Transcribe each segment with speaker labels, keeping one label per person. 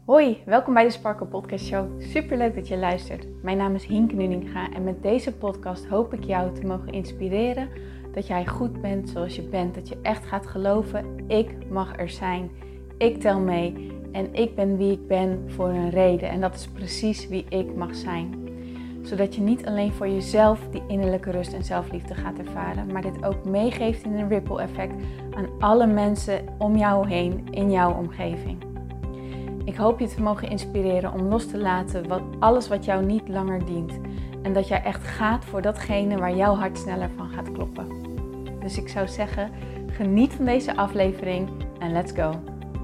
Speaker 1: Hoi, welkom bij de Sparkle Podcast Show. Superleuk dat je luistert. Mijn naam is Hienke Nuninga en met deze podcast hoop ik jou te mogen inspireren dat jij goed bent zoals je bent. Dat je echt gaat geloven, ik mag er zijn, ik tel mee en ik ben wie ik ben voor een reden. En dat is precies wie ik mag zijn. Zodat je niet alleen voor jezelf die innerlijke rust en zelfliefde gaat ervaren, maar dit ook meegeeft in een ripple effect aan alle mensen om jou heen in jouw omgeving. Ik hoop je te mogen inspireren om los te laten alles wat jou niet langer dient. En dat jij echt gaat voor datgene waar jouw hart sneller van gaat kloppen. Dus ik zou zeggen, geniet van deze aflevering en let's go.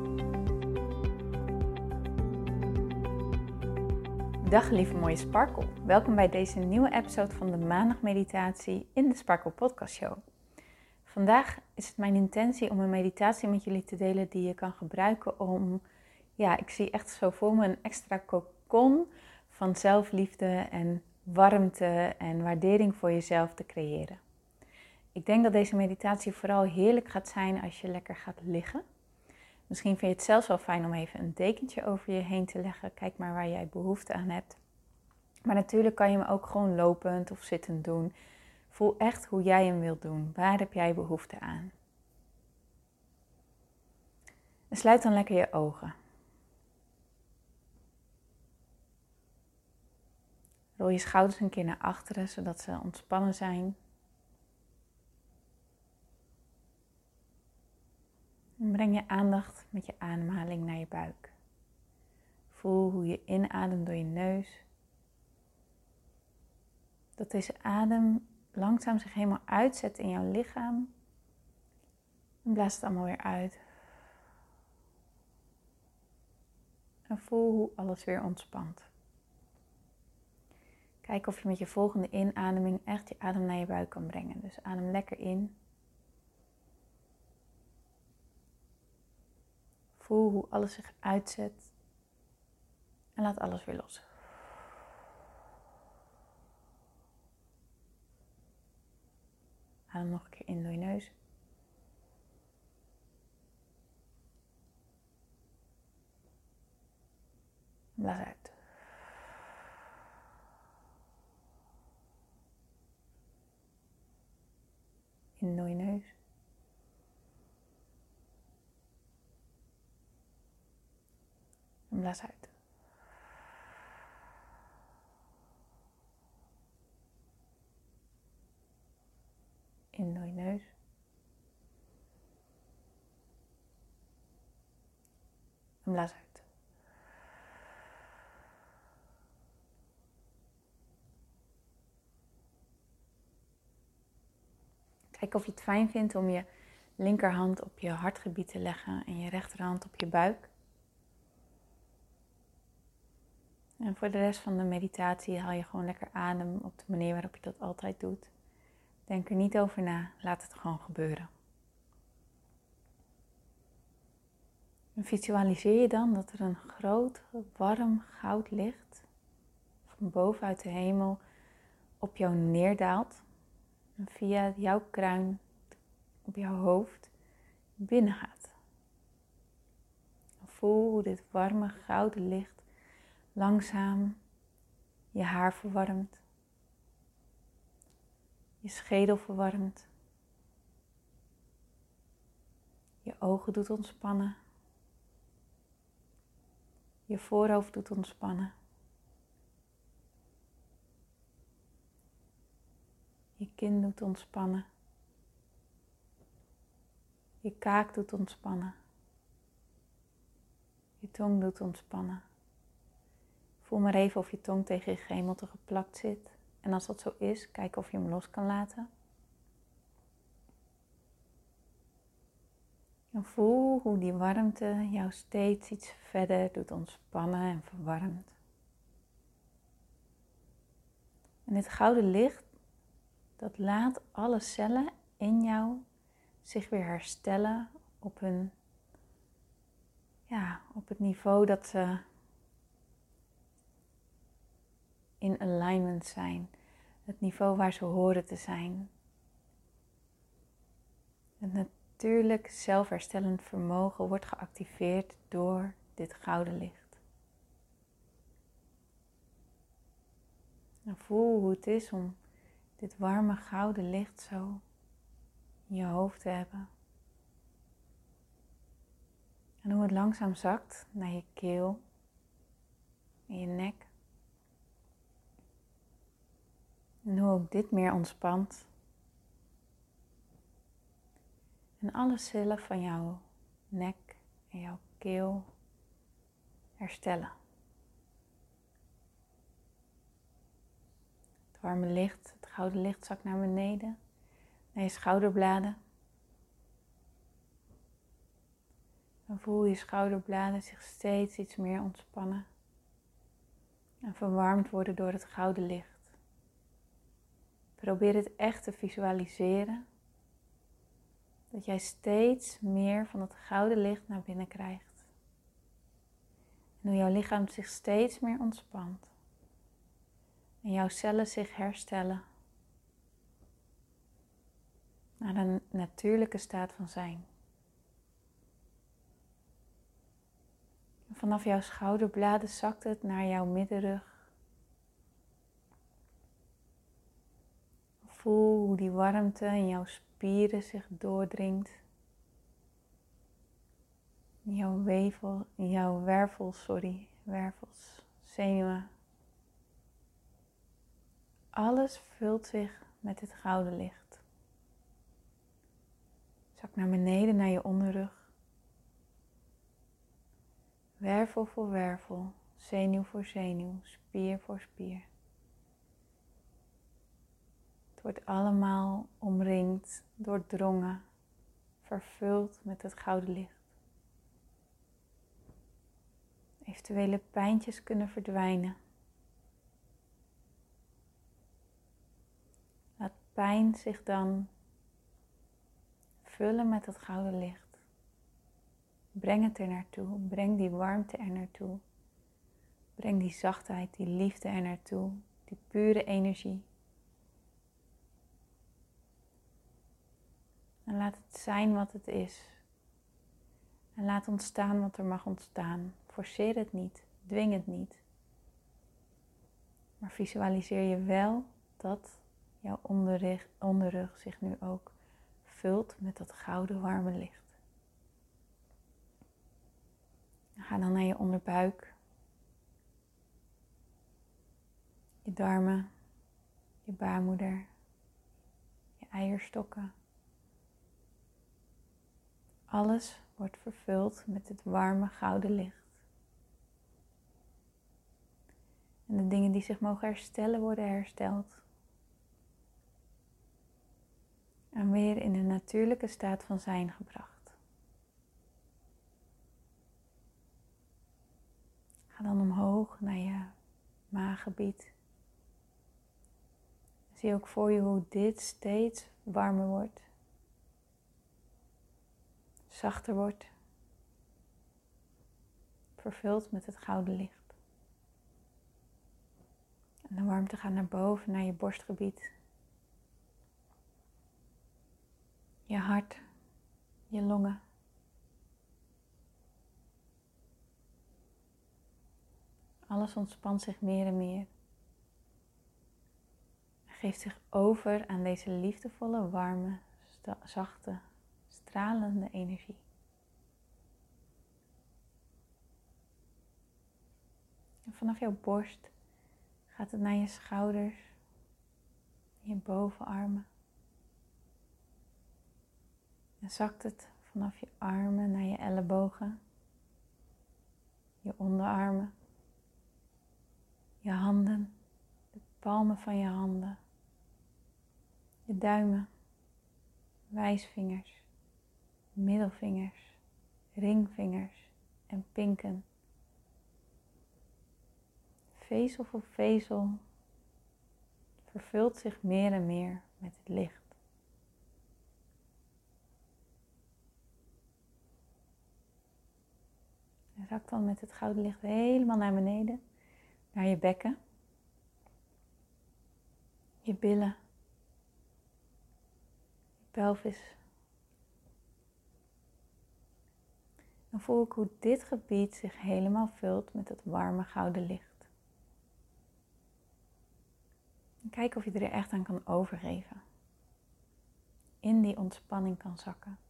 Speaker 1: Dag lieve mooie Sparkle. Welkom bij deze nieuwe episode van de maandagmeditatie in de Sparkle Podcast Show. Vandaag is het mijn intentie om een meditatie met jullie te delen die je kan gebruiken om... Ja, ik zie echt zo voor me een extra cocon van zelfliefde en warmte en waardering voor jezelf te creëren. Ik denk dat deze meditatie vooral heerlijk gaat zijn als je lekker gaat liggen. Misschien vind je het zelfs wel fijn om even een dekentje over je heen te leggen. Kijk maar waar jij behoefte aan hebt. Maar natuurlijk kan je hem ook gewoon lopend of zittend doen. Voel echt hoe jij hem wilt doen. Waar heb jij behoefte aan? En sluit dan lekker je ogen. Rol je schouders een keer naar achteren, zodat ze ontspannen zijn. En breng je aandacht met je ademhaling naar je buik. Voel hoe je inademt door je neus. Dat deze adem langzaam zich helemaal uitzet in jouw lichaam. En blaas het allemaal weer uit. En voel hoe alles weer ontspant. Kijk of je met je volgende inademing echt je adem naar je buik kan brengen. Dus adem lekker in. Voel hoe alles zich uitzet. En laat alles weer los. Adem nog een keer in door je neus. Blaas uit. In door je neus. En blaas uit. In door je neus. En blaas uit. Kijk of je het fijn vindt om je linkerhand op je hartgebied te leggen en je rechterhand op je buik. En voor de rest van de meditatie haal je gewoon lekker adem op de manier waarop je dat altijd doet. Denk er niet over na, laat het gewoon gebeuren. En visualiseer je dan dat er een groot, warm goud licht van bovenuit de hemel op jou neerdaalt. En via jouw kruin op jouw hoofd binnen gaat. Voel hoe dit warme gouden licht langzaam je haar verwarmt. Je schedel verwarmt. Je ogen doet ontspannen. Je voorhoofd doet ontspannen. Je kin doet ontspannen. Je kaak doet ontspannen. Je tong doet ontspannen. Voel maar even of je tong tegen je gehemelte geplakt zit. En als dat zo is, kijk of je hem los kan laten. En voel hoe die warmte jou steeds iets verder doet ontspannen en verwarmt. En dit gouden licht, dat laat alle cellen in jou zich weer herstellen op op het niveau dat ze in alignment zijn. Het niveau waar ze horen te zijn. Het natuurlijk zelfherstellend vermogen wordt geactiveerd door dit gouden licht. En voel hoe het is om dit warme gouden licht zo in je hoofd te hebben. En hoe het langzaam zakt naar je keel en je nek. En hoe ook dit meer ontspant. En alle cellen van jouw nek en jouw keel herstellen. Het warme licht, het gouden licht zakt naar beneden, naar je schouderbladen. En voel je schouderbladen zich steeds iets meer ontspannen. En verwarmd worden door het gouden licht. Probeer het echt te visualiseren. Dat jij steeds meer van het gouden licht naar binnen krijgt. En hoe jouw lichaam zich steeds meer ontspant. En jouw cellen zich herstellen. Naar een natuurlijke staat van zijn. En vanaf jouw schouderbladen zakt het naar jouw middenrug. Voel hoe die warmte in jouw spieren zich doordringt. In jouw wervels, zenuwen. Alles vult zich met dit gouden licht. Zak naar beneden naar je onderrug. Wervel voor wervel, zenuw voor zenuw, spier voor spier. Het wordt allemaal omringd, doordrongen, vervuld met het gouden licht. Eventuele pijntjes kunnen verdwijnen. Laat pijn zich dan vullen met het gouden licht. Breng het er naartoe, breng die warmte er naartoe. Breng die zachtheid, die liefde er naartoe, die pure energie. En laat het zijn wat het is. En laat ontstaan wat er mag ontstaan. Forceer het niet, dwing het niet. Maar visualiseer je wel dat jouw onderrug zich nu ook vult met dat gouden warme licht. Ga dan naar je onderbuik. Je darmen, je baarmoeder, je eierstokken. Alles wordt vervuld met het warme gouden licht. En de dingen die zich mogen herstellen worden hersteld. En weer in de natuurlijke staat van zijn gebracht. Ga dan omhoog naar je maaggebied. Zie ook voor je hoe dit steeds warmer wordt. Zachter wordt. Vervuld met het gouden licht. En de warmte gaat naar boven, naar je borstgebied. Je hart, je longen. Alles ontspant zich meer en meer. En geeft zich over aan deze liefdevolle, warme, zachte, stralende energie. En vanaf jouw borst gaat het naar je schouders, je bovenarmen. En zakt het vanaf je armen naar je ellebogen, je onderarmen, je handen, de palmen van je handen, je duimen, wijsvingers, middelvingers, ringvingers en pinken. Vezel voor vezel vervult zich meer en meer met het licht. En zak dan met het gouden licht helemaal naar beneden, naar je bekken, je billen, je pelvis. Dan voel ik hoe dit gebied zich helemaal vult met het warme gouden licht. En kijk of je er echt aan kan overgeven. In die ontspanning kan zakken.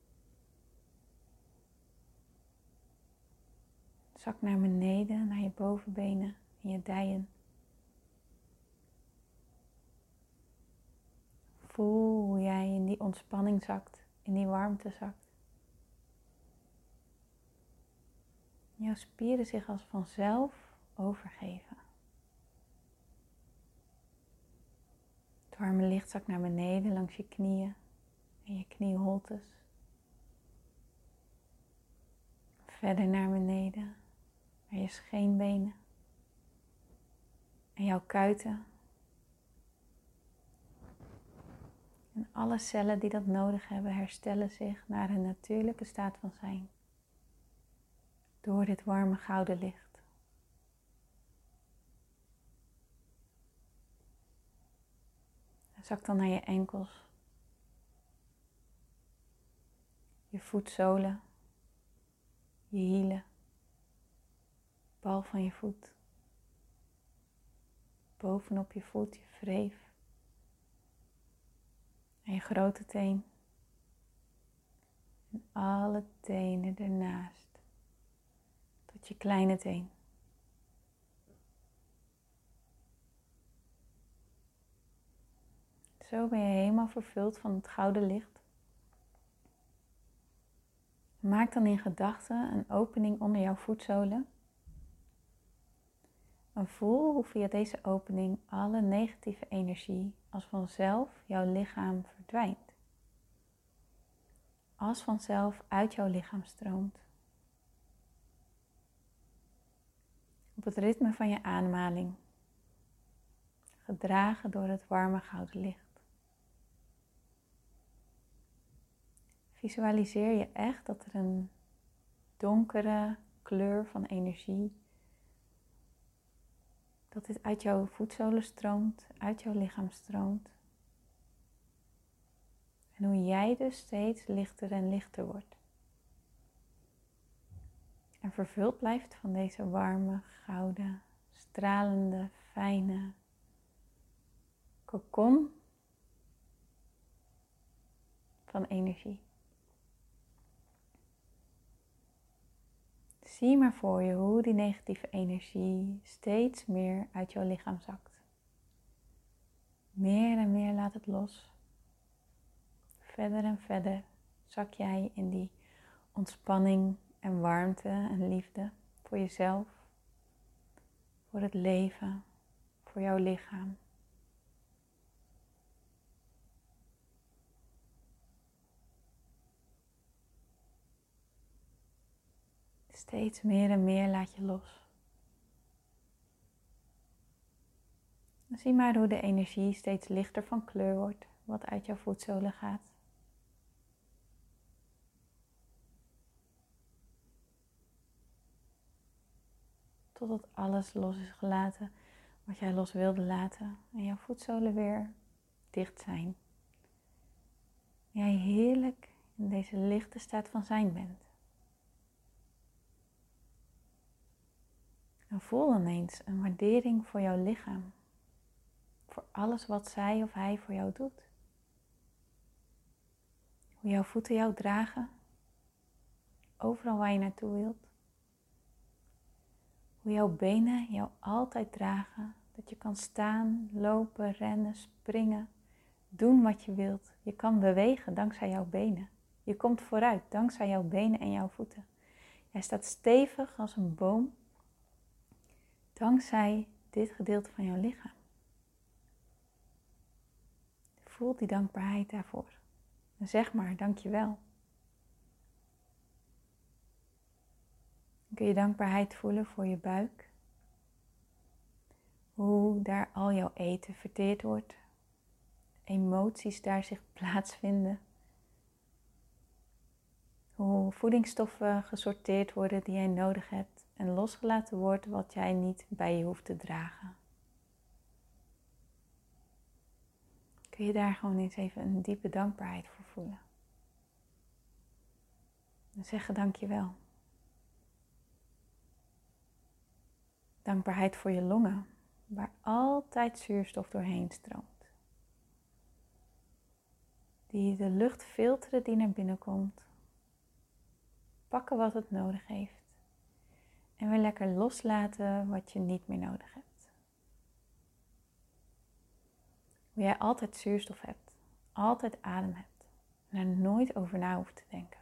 Speaker 1: Zak naar beneden, naar je bovenbenen en je dijen. Voel hoe jij in die ontspanning zakt, in die warmte zakt. Jouw spieren zich als vanzelf overgeven. Het warme licht zakt naar beneden langs je knieën en je knieholtes. Verder naar beneden, naar je scheenbenen en jouw kuiten. En alle cellen die dat nodig hebben herstellen zich naar hun natuurlijke staat van zijn. Door dit warme gouden licht. Zak dan naar je enkels. Je voetzolen. Je hielen. Bal van je voet. Bovenop je voet, je wreef. En je grote teen. En alle tenen ernaast. Tot je kleine teen. Zo ben je helemaal vervuld van het gouden licht. Maak dan in gedachten een opening onder jouw voetzolen. En voel hoe via deze opening alle negatieve energie als vanzelf jouw lichaam verdwijnt. Als vanzelf uit jouw lichaam stroomt. Op het ritme van je ademhaling. Gedragen door het warme gouden licht. Visualiseer je echt dat er een donkere kleur van energie, dat dit uit jouw voetzolen stroomt, uit jouw lichaam stroomt. En hoe jij dus steeds lichter en lichter wordt. En vervuld blijft van deze warme, gouden, stralende, fijne kokon van energie. Zie maar voor je hoe die negatieve energie steeds meer uit jouw lichaam zakt. Meer en meer laat het los. Verder en verder zak jij in die ontspanning en warmte en liefde voor jezelf, voor het leven, voor jouw lichaam. Steeds meer en meer laat je los. En zie maar hoe de energie steeds lichter van kleur wordt, wat uit jouw voetzolen gaat. Totdat alles los is gelaten wat jij los wilde laten en jouw voetzolen weer dicht zijn. Jij heerlijk in deze lichte staat van zijn bent. En voel dan eens een waardering voor jouw lichaam. Voor alles wat zij of hij voor jou doet. Hoe jouw voeten jou dragen. Overal waar je naartoe wilt. Hoe jouw benen jou altijd dragen. Dat je kan staan, lopen, rennen, springen. Doen wat je wilt. Je kan bewegen dankzij jouw benen. Je komt vooruit dankzij jouw benen en jouw voeten. Jij staat stevig als een boom. Dankzij dit gedeelte van jouw lichaam. Voel die dankbaarheid daarvoor. En zeg maar dankjewel. Dan kun je dankbaarheid voelen voor je buik. Hoe daar al jouw eten verteerd wordt. Emoties daar zich plaatsvinden. Hoe voedingsstoffen gesorteerd worden die jij nodig hebt. En losgelaten wordt wat jij niet bij je hoeft te dragen. Kun je daar gewoon eens even een diepe dankbaarheid voor voelen. En zeggen dankjewel. Dankbaarheid voor je longen. waar altijd zuurstof doorheen stroomt. Die de lucht filteren die naar binnen komt. Pakken wat het nodig heeft. En weer lekker loslaten wat je niet meer nodig hebt. Hoe jij altijd zuurstof hebt. Altijd adem hebt. En er nooit over na hoeft te denken.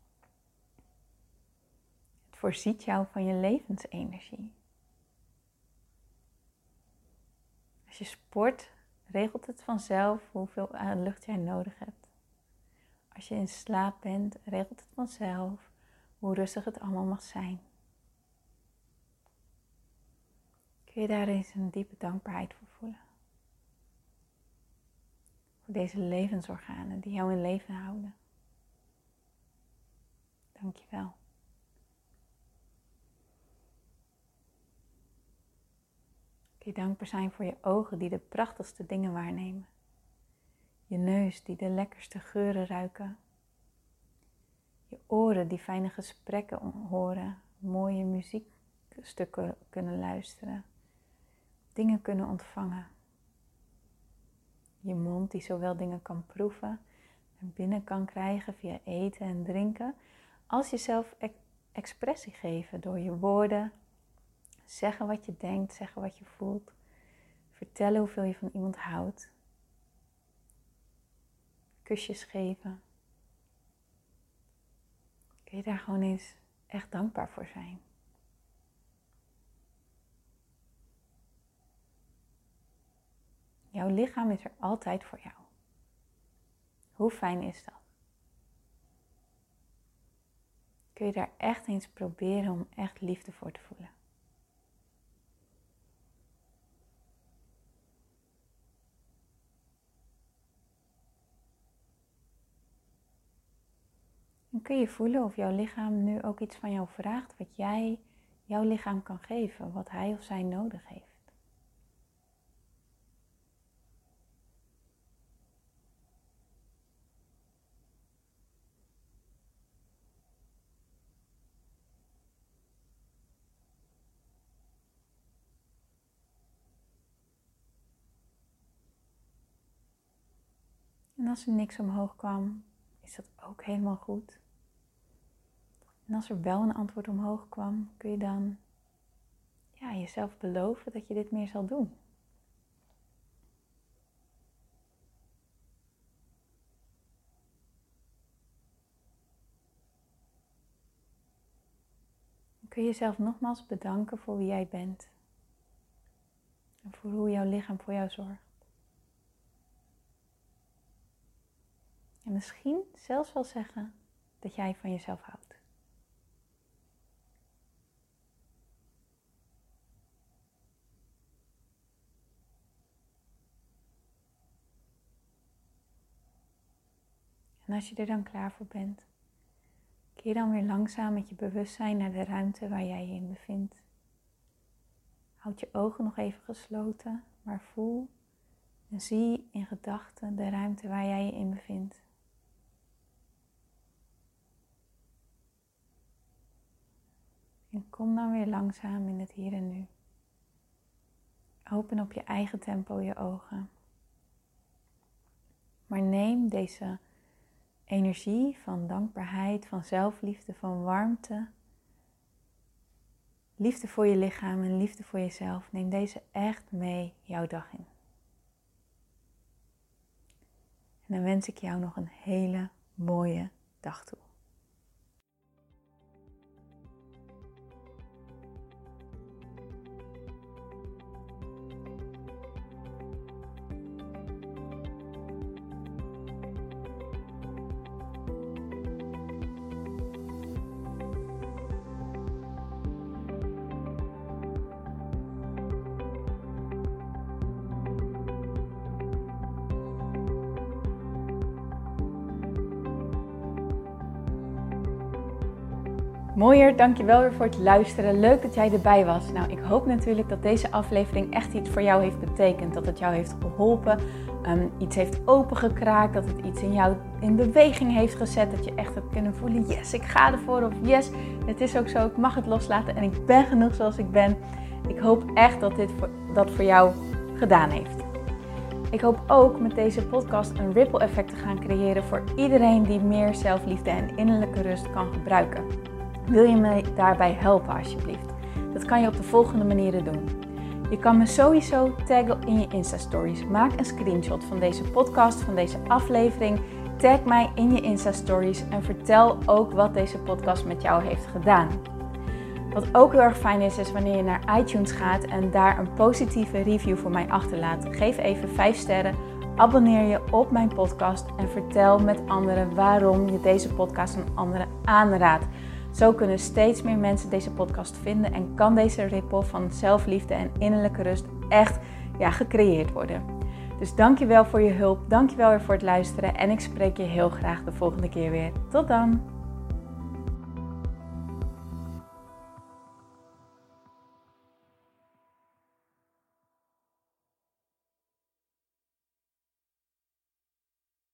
Speaker 1: Het voorziet jou van je levensenergie. Als je sport, regelt het vanzelf hoeveel lucht jij nodig hebt. Als je in slaap bent, regelt het vanzelf hoe rustig het allemaal mag zijn. Kun je daar eens een diepe dankbaarheid voor voelen. Voor deze levensorganen die jou in leven houden. Dank je wel. Kun je dankbaar zijn voor je ogen die de prachtigste dingen waarnemen. Je neus die de lekkerste geuren ruiken. Je oren die fijne gesprekken horen. Mooie muziekstukken kunnen luisteren. Dingen kunnen ontvangen. Je mond die zowel dingen kan proeven en binnen kan krijgen via eten en drinken. Als jezelf expressie geven door je woorden. Zeggen wat je denkt, zeggen wat je voelt. Vertellen hoeveel je van iemand houdt. Kusjes geven. Kun je daar gewoon eens echt dankbaar voor zijn. Jouw lichaam is er altijd voor jou. Hoe fijn is dat? Kun je daar echt eens proberen om echt liefde voor te voelen. En kun je voelen of jouw lichaam nu ook iets van jou vraagt wat jij jouw lichaam kan geven, wat hij of zij nodig heeft. En als er niks omhoog kwam, is dat ook helemaal goed. En als er wel een antwoord omhoog kwam, kun je dan jezelf beloven dat je dit meer zal doen. Dan kun je jezelf nogmaals bedanken voor wie jij bent. En voor hoe jouw lichaam voor jou zorgt. En misschien zelfs wel zeggen dat jij van jezelf houdt. En als je er dan klaar voor bent, keer dan weer langzaam met je bewustzijn naar de ruimte waar jij je in bevindt. Houd je ogen nog even gesloten, maar voel en zie in gedachten de ruimte waar jij je in bevindt. En kom dan weer langzaam in het hier en nu. Open op je eigen tempo je ogen. Maar neem deze energie van dankbaarheid, van zelfliefde, van warmte, liefde voor je lichaam en liefde voor jezelf. Neem deze echt mee jouw dag in. En dan wens ik jou nog een hele mooie dag toe. Mooier, dankjewel weer voor het luisteren. Leuk dat jij erbij was. Nou, ik hoop natuurlijk dat deze aflevering echt iets voor jou heeft betekend. Dat het jou heeft geholpen, iets heeft opengekraakt, dat het iets in jou in beweging heeft gezet. Dat je echt hebt kunnen voelen, yes, ik ga ervoor. Of yes, het is ook zo, ik mag het loslaten en ik ben genoeg zoals ik ben. Ik hoop echt dat dit voor dat voor jou gedaan heeft. Ik hoop ook met deze podcast een ripple effect te gaan creëren voor iedereen die meer zelfliefde en innerlijke rust kan gebruiken. Wil je me daarbij helpen alsjeblieft? Dat kan je op de volgende manieren doen. Je kan me sowieso taggen in je Insta-stories. Maak een screenshot van deze podcast, van deze aflevering. Tag mij in je Insta-stories en vertel ook wat deze podcast met jou heeft gedaan. Wat ook heel erg fijn is wanneer je naar iTunes gaat en daar een positieve review voor mij achterlaat. Geef even 5 sterren, abonneer je op mijn podcast en vertel met anderen waarom je deze podcast aan anderen aanraadt. Zo kunnen steeds meer mensen deze podcast vinden en kan deze ripple van zelfliefde en innerlijke rust echt gecreëerd worden. Dus dankjewel voor je hulp, dankjewel weer voor het luisteren en ik spreek je heel graag de volgende keer weer. Tot dan!